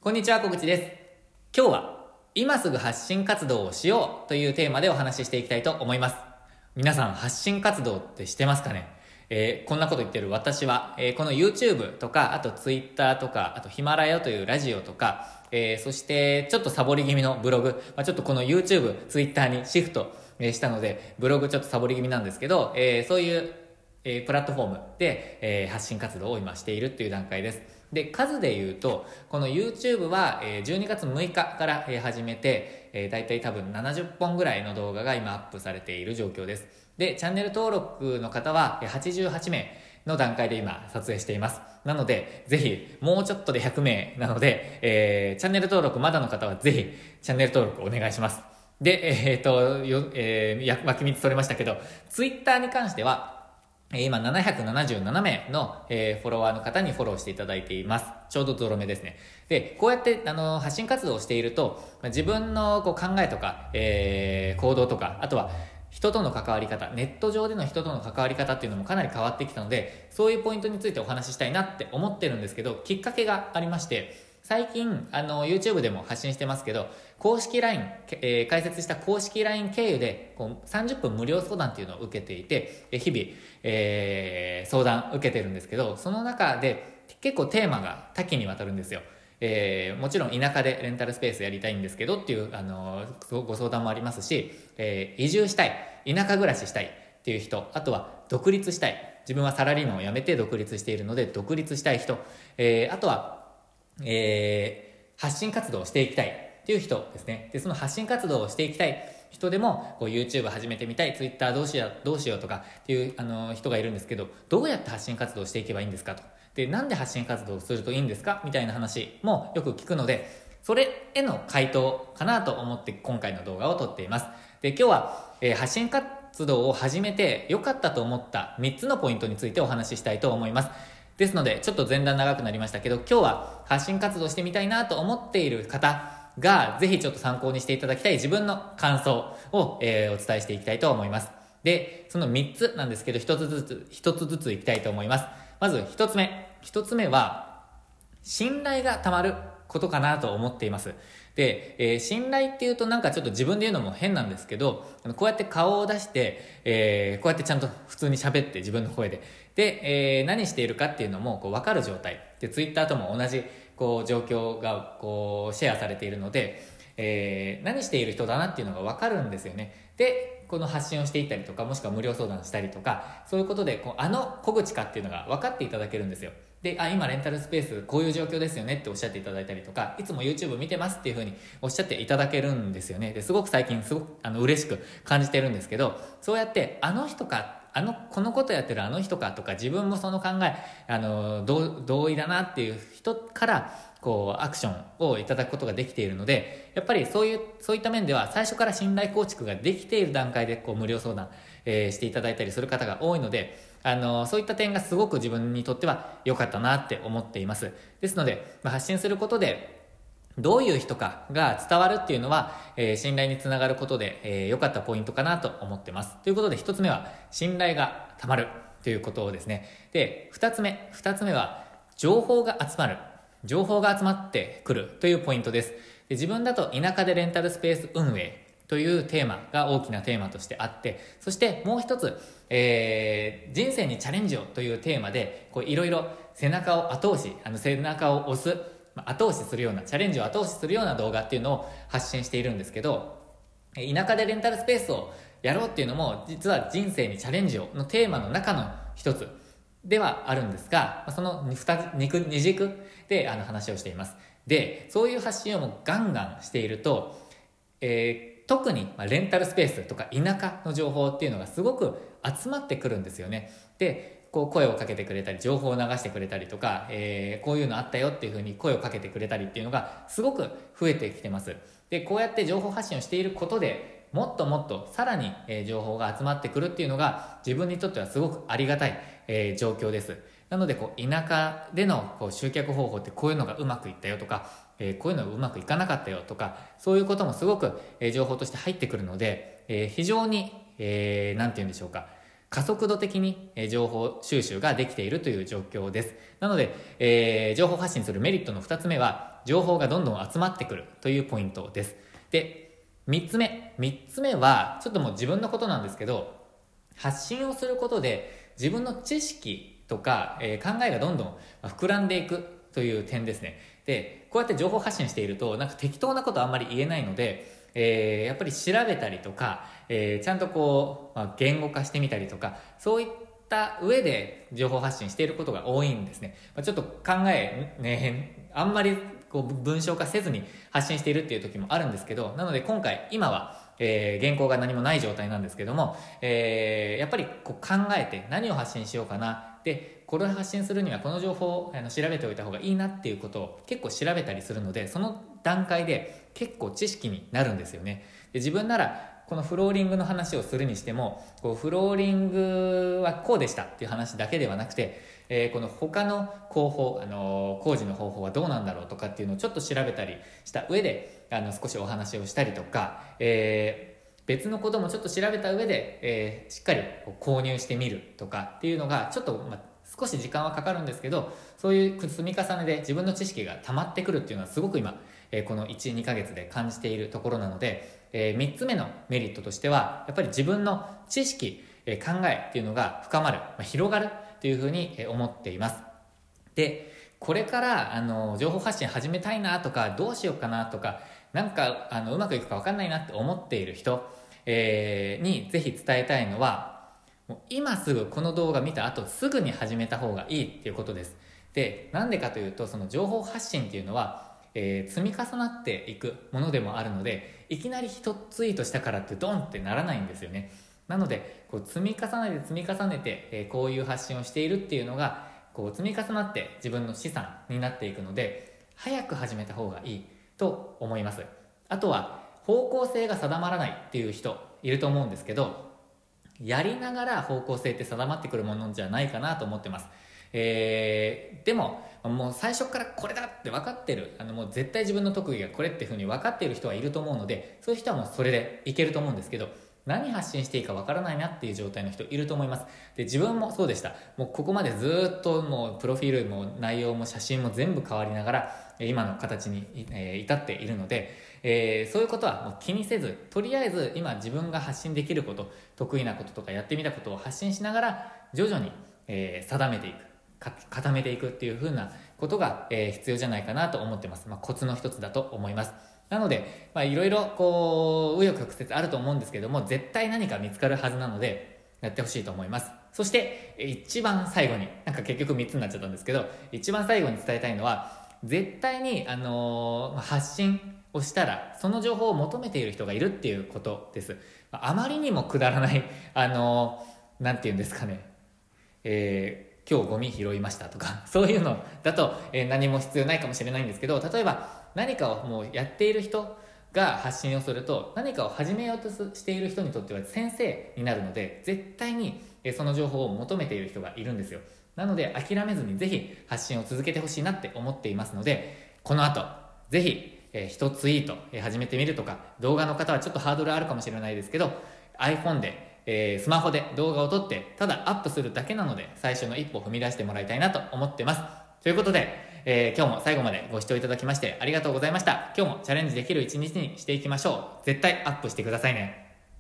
こんにちは、小口です。今日は今すぐ発信活動をしようというテーマでお話ししていきたいと思います。皆さん発信活動ってしてますかね？こんなこと言ってる私は、この YouTube とか、あと Twitter とか、あとヒマラヤというラジオとか、そしてちょっとサボり気味のブログ、ちょっとこの YouTube、Twitter にシフトしたので、ブログちょっとサボり気味なんですけど、そういうプラットフォームで、発信活動を今しているっていう段階です。で、数で言うと、この YouTube は12月6日から始めて、だいたい多分70本ぐらいの動画が今アップされている状況です。で、チャンネル登録の方は88名の段階で今撮影しています。なので、ぜひ、もうちょっとで100名なので、チャンネル登録まだの方はぜひ、チャンネル登録お願いします。で、脇道それましたけど、Twitter に関しては、今777名の、フォロワーの方にフォローしていただいています。ちょうどゾロ目ですね。で、こうやって発信活動をしていると、自分の考えとか、行動とか、あとは人との関わり方、ネット上での人との関わり方っていうのもかなり変わってきたので、そういうポイントについてお話ししたいなって思ってるんですけど、きっかけがありまして、最近YouTube でも発信してますけど、公式 LINE、開設した公式 LINE 経由で30分無料相談っていうのを受けていて、日々、相談受けてるんですけど、その中で結構テーマが多岐にわたるんですよ。もちろん田舎でレンタルスペースやりたいんですけどっていうご相談もありますし、移住したい、田舎暮らししたいっていう人、あとは独立したい、自分はサラリーマンを辞めて独立しているので独立したい人、あとは発信活動をしていきたいっていう人ですね。で、その発信活動をしていきたい人でもYouTube 始めてみたい、Twitter どうしようとかっていう人がいるんですけど、どうやって発信活動をしていけばいいんですかと。で、なんで発信活動をするといいんですかみたいな話もよく聞くので、それへの回答かなと思って今回の動画を撮っています。で、今日は、発信活動を始めて良かったと思った3つのポイントについてお話ししたいと思います。ですので、ちょっと前段長くなりましたけど、今日は発信活動してみたいなと思っている方が、ぜひちょっと参考にしていただきたい自分の感想を、お伝えしていきたいと思います。で、その3つなんですけど、1つずついきたいと思います。まず1つ目。1つ目は、信頼がたまることかなと思っています。で、信頼っていうとなんかちょっと自分で言うのも変なんですけど、こうやって顔を出して、こうやってちゃんと普通に喋って自分の声で、何しているかっていうのも分かる状態で、ツイッターとも同じ状況がシェアされているので、何している人だなっていうのが分かるんですよね。で、この発信をしていったりとか、もしくは無料相談したりとか、そういうことで小口かっていうのが分かっていただけるんですよ。で、今レンタルスペースこういう状況ですよねっておっしゃっていただいたりとか、いつも YouTube 見てますっていう風におっしゃっていただけるんですよね。で、すごく最近嬉しく感じてるんですけど、そうやってこのことやってるあの人かとか、自分もその考え同意だなっていう人からアクションをいただくことができているので、やっぱりそういった面では最初から信頼構築ができている段階で無料相談、していただいたりする方が多いので、そういった点がすごく自分にとっては良かったなって思っています。ですので、発信することでどういう人かが伝わるっていうのは、信頼につながることで、良かったポイントかなと思ってます。ということで、一つ目は信頼がたまるということですね。で、二つ目は情報が集まる。情報が集まってくるというポイントです。で、自分だと田舎でレンタルスペース運営というテーマが大きなテーマとしてあって、そしてもう一つ、人生にチャレンジをというテーマでいろいろ背中を押す、後押しするような、チャレンジを後押しするような動画っていうのを発信しているんですけど、田舎でレンタルスペースをやろうっていうのも実は人生にチャレンジをのテーマの中の一つではあるんですが、その二軸で話をしています。で、そういう発信をもうガンガンしていると、特にレンタルスペースとか田舎の情報っていうのがすごく集まってくるんですよね。で、声をかけてくれたり、情報を流してくれたりとか、こういうのあったよっていう風に声をかけてくれたりっていうのがすごく増えてきてます。で、こうやって情報発信をしていることで、もっともっとさらに、情報が集まってくるっていうのが自分にとってはすごくありがたい、状況です。なので田舎での集客方法ってこういうのがうまくいったよとか、こういうのうまくいかなかったよとか、そういうこともすごく、情報として入ってくるので、非常に、なんて言うんでしょうか、加速度的に情報収集ができているという状況です。なので、情報発信するメリットの2つ目は、 情報がどんどん集まってくるというポイントです。で、3つ目はちょっともう自分のことなんですけど、発信をすることで自分の知識とか、考えがどんどん膨らんでいくという点ですね。で、こうやって情報発信しているとなんか適当なことあんまり言えないので、やっぱり調べたりとか、ちゃんとこう、言語化してみたりとか、そういった上で情報発信していることが多いんですね。ちょっと考えね、あんまりこう文章化せずに発信しているっていう時もあるんですけど、なので今は原稿が何もない状態なんですけども、やっぱりこう考えて何を発信しようかな、でこれを発信するにはこの情報を調べておいた方がいいなっていうことを結構調べたりするので、その段階で結構知識になるんですよね。で、自分ならこのフローリングの話をするにしても、こうフローリングはこうでしたっていう話だけではなくて、この他の工法、工事の方法はどうなんだろうとかっていうのをちょっと調べたりした上で少しお話をしたりとか、別のこともちょっと調べた上で、しっかり購入してみるとかっていうのがちょっと、少し時間はかかるんですけど、そういう積み重ねで自分の知識が溜まってくるっていうのはすごく今、この 1,2 ヶ月で感じているところなので、3つ目のメリットとしてはやっぱり自分の知識、考えっていうのが深まる、広がるというふうに思っています。で、これから情報発信始めたいなとか、どうしようかなとか、なんかうまくいくか分かんないなって思っている人、にぜひ伝えたいのは、もう今すぐこの動画見た後すぐに始めた方がいいっていうことです。で、なんでかというと、その情報発信っていうのは、積み重なっていくものでもあるので、いきなり一ツイートしたからってドンってならないんですよね。なのでこう積み重ねて、こういう発信をしているっていうのがこう積み重なって自分の資産になっていくので、早く始めた方がいいと思います。あとは方向性が定まらないっていう人いると思うんですけど、やりながら方向性って定まってくるものじゃないかなと思ってます。でももう最初からこれだって分かってる、もう絶対自分の特技がこれっていう風に分かっている人はいると思うので、そういう人はもうそれでいけると思うんですけど、何発信していいか分からないなっていう状態の人いると思います。で、自分もそうでした。もうここまでずっともうプロフィールも内容も写真も全部変わりながら今の形に至っているので、そういうことはもう気にせず、とりあえず今自分が発信できること、得意なこととかやってみたことを発信しながら徐々に定めていく、固めていくっていう風なことが必要じゃないかなと思ってます。コツの一つだと思います。なのでいろいろこう紆余曲折あると思うんですけども、絶対何か見つかるはずなのでやってほしいと思います。そして一番最後に、なんか結局3つになっちゃったんですけど、一番最後に伝えたいのは、絶対に発信をしたらその情報を求めている人がいるっていうことです。あまりにもくだらないなんていうんですかね、今日ゴミ拾いましたとかそういうのだと、何も必要ないかもしれないんですけど、例えば何かをもうやっている人が発信をすると、何かを始めようとしている人にとっては先生になるので、絶対にその情報を求めている人がいるんですよ。なので諦めずにぜひ発信を続けてほしいなって思っていますので、この後ぜひ一ツイート始めてみるとか、動画の方はちょっとハードルあるかもしれないですけど iPhone でスマホで動画を撮ってただアップするだけなので、最初の一歩を踏み出してもらいたいなと思ってます。ということで、今日も最後までご視聴いただきましてありがとうございました。今日もチャレンジできる一日にしていきましょう。絶対アップしてくださいね。